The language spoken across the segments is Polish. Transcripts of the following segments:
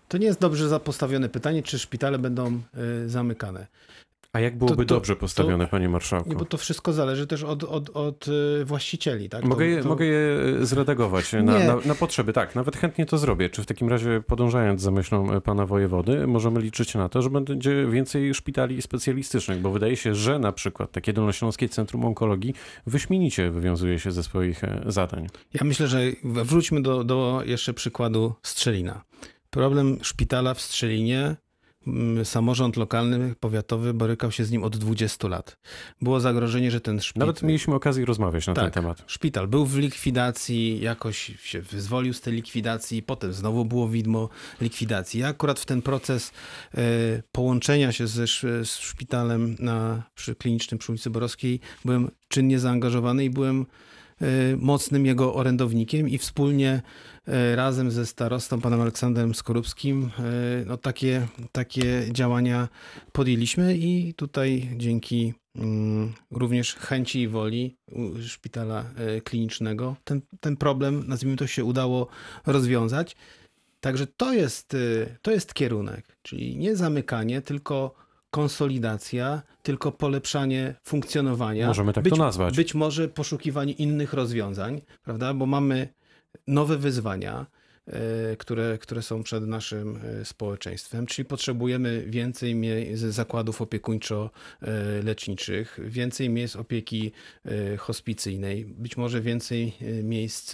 To nie jest dobrze postawione pytanie, czy szpitale będą zamykane. A jak byłoby dobrze postawione, panie marszałku? Nie, bo to wszystko zależy też od właścicieli. Tak? Mogę je zredagować na potrzeby. Tak, nawet chętnie to zrobię. Czy w takim razie, podążając za myślą pana wojewody, możemy liczyć na to, że będzie więcej szpitali specjalistycznych? Bo wydaje się, że na przykład takie Dolnośląskie Centrum Onkologii wyśmienicie wywiązuje się ze swoich zadań. Ja myślę, że wróćmy do jeszcze przykładu Strzelina. Problem szpitala w Strzelinie, samorząd lokalny, powiatowy borykał się z nim od 20 lat. Było zagrożenie, że ten szpital... Nawet mieliśmy okazję rozmawiać na ten temat. Szpital był w likwidacji, jakoś się wyzwolił z tej likwidacji, potem znowu było widmo likwidacji. Ja akurat w ten proces połączenia się z szpitalem przy klinicznym przy ulicy Borowskiej byłem czynnie zaangażowany i byłem mocnym jego orędownikiem i wspólnie razem ze starostą, panem Aleksandrem Skorupskim, takie działania podjęliśmy i tutaj dzięki również chęci i woli szpitala klinicznego ten problem, nazwijmy to, się udało rozwiązać. Także to jest kierunek, czyli nie zamykanie, tylko konsolidacja, tylko polepszanie funkcjonowania. Możemy tak to nazwać. Być może poszukiwanie innych rozwiązań, prawda? Bo mamy nowe wyzwania, które są przed naszym społeczeństwem, czyli potrzebujemy więcej zakładów opiekuńczo-leczniczych, więcej miejsc opieki hospicyjnej, być może więcej miejsc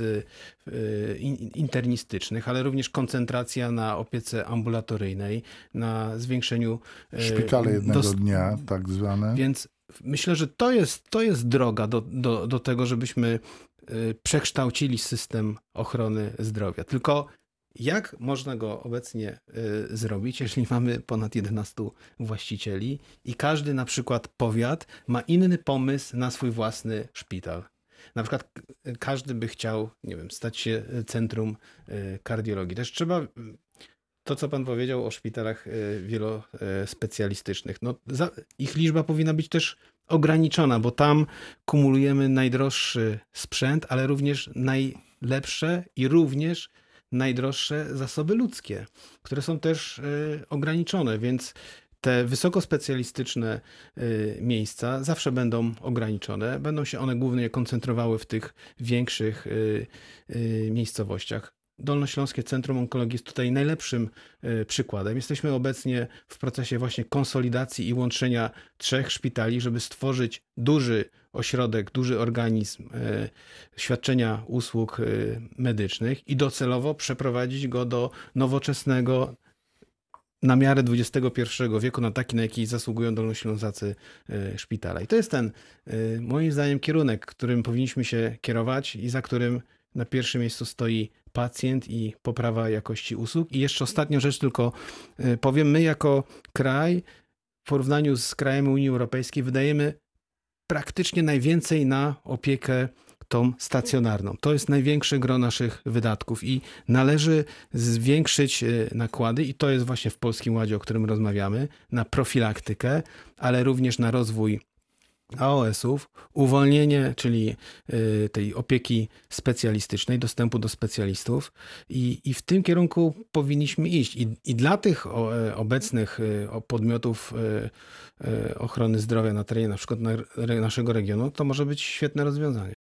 internistycznych, ale również koncentracja na opiece ambulatoryjnej, na zwiększeniu... Szpitale jednego dnia, tak zwane. Więc myślę, że to jest droga do tego, żebyśmy przekształcili system ochrony zdrowia. Tylko jak można go obecnie zrobić, jeśli mamy ponad 11 właścicieli i każdy na przykład powiat ma inny pomysł na swój własny szpital. Na przykład każdy by chciał, nie wiem, stać się centrum kardiologii. Też trzeba... To, co pan powiedział o szpitalach wielospecjalistycznych, ich liczba powinna być też ograniczona, bo tam kumulujemy najdroższy sprzęt, ale również najlepsze i również najdroższe zasoby ludzkie, które są też ograniczone, więc te wysokospecjalistyczne miejsca zawsze będą ograniczone. Będą się one głównie koncentrowały w tych większych miejscowościach. Dolnośląskie Centrum Onkologii jest tutaj najlepszym przykładem. Jesteśmy obecnie w procesie właśnie konsolidacji i łączenia 3 szpitali, żeby stworzyć duży ośrodek, duży organizm świadczenia usług medycznych i docelowo przeprowadzić go do nowoczesnego, na miarę XXI wieku, na taki, na jaki zasługują dolnoślązacy szpitala. I to jest ten, moim zdaniem, kierunek, którym powinniśmy się kierować i za którym na pierwszym miejscu stoi pacjent i poprawa jakości usług. I jeszcze ostatnią rzecz tylko powiem, my jako kraj w porównaniu z krajami Unii Europejskiej wydajemy praktycznie najwięcej na opiekę tą stacjonarną. To jest największe gro naszych wydatków i należy zwiększyć nakłady i to jest właśnie w Polskim Ładzie, o którym rozmawiamy, na profilaktykę, ale również na rozwój AOS-ów, uwolnienie, czyli tej opieki specjalistycznej, dostępu do specjalistów i w tym kierunku powinniśmy iść. I dla tych obecnych podmiotów ochrony zdrowia na terenie na przykład naszego regionu to może być świetne rozwiązanie.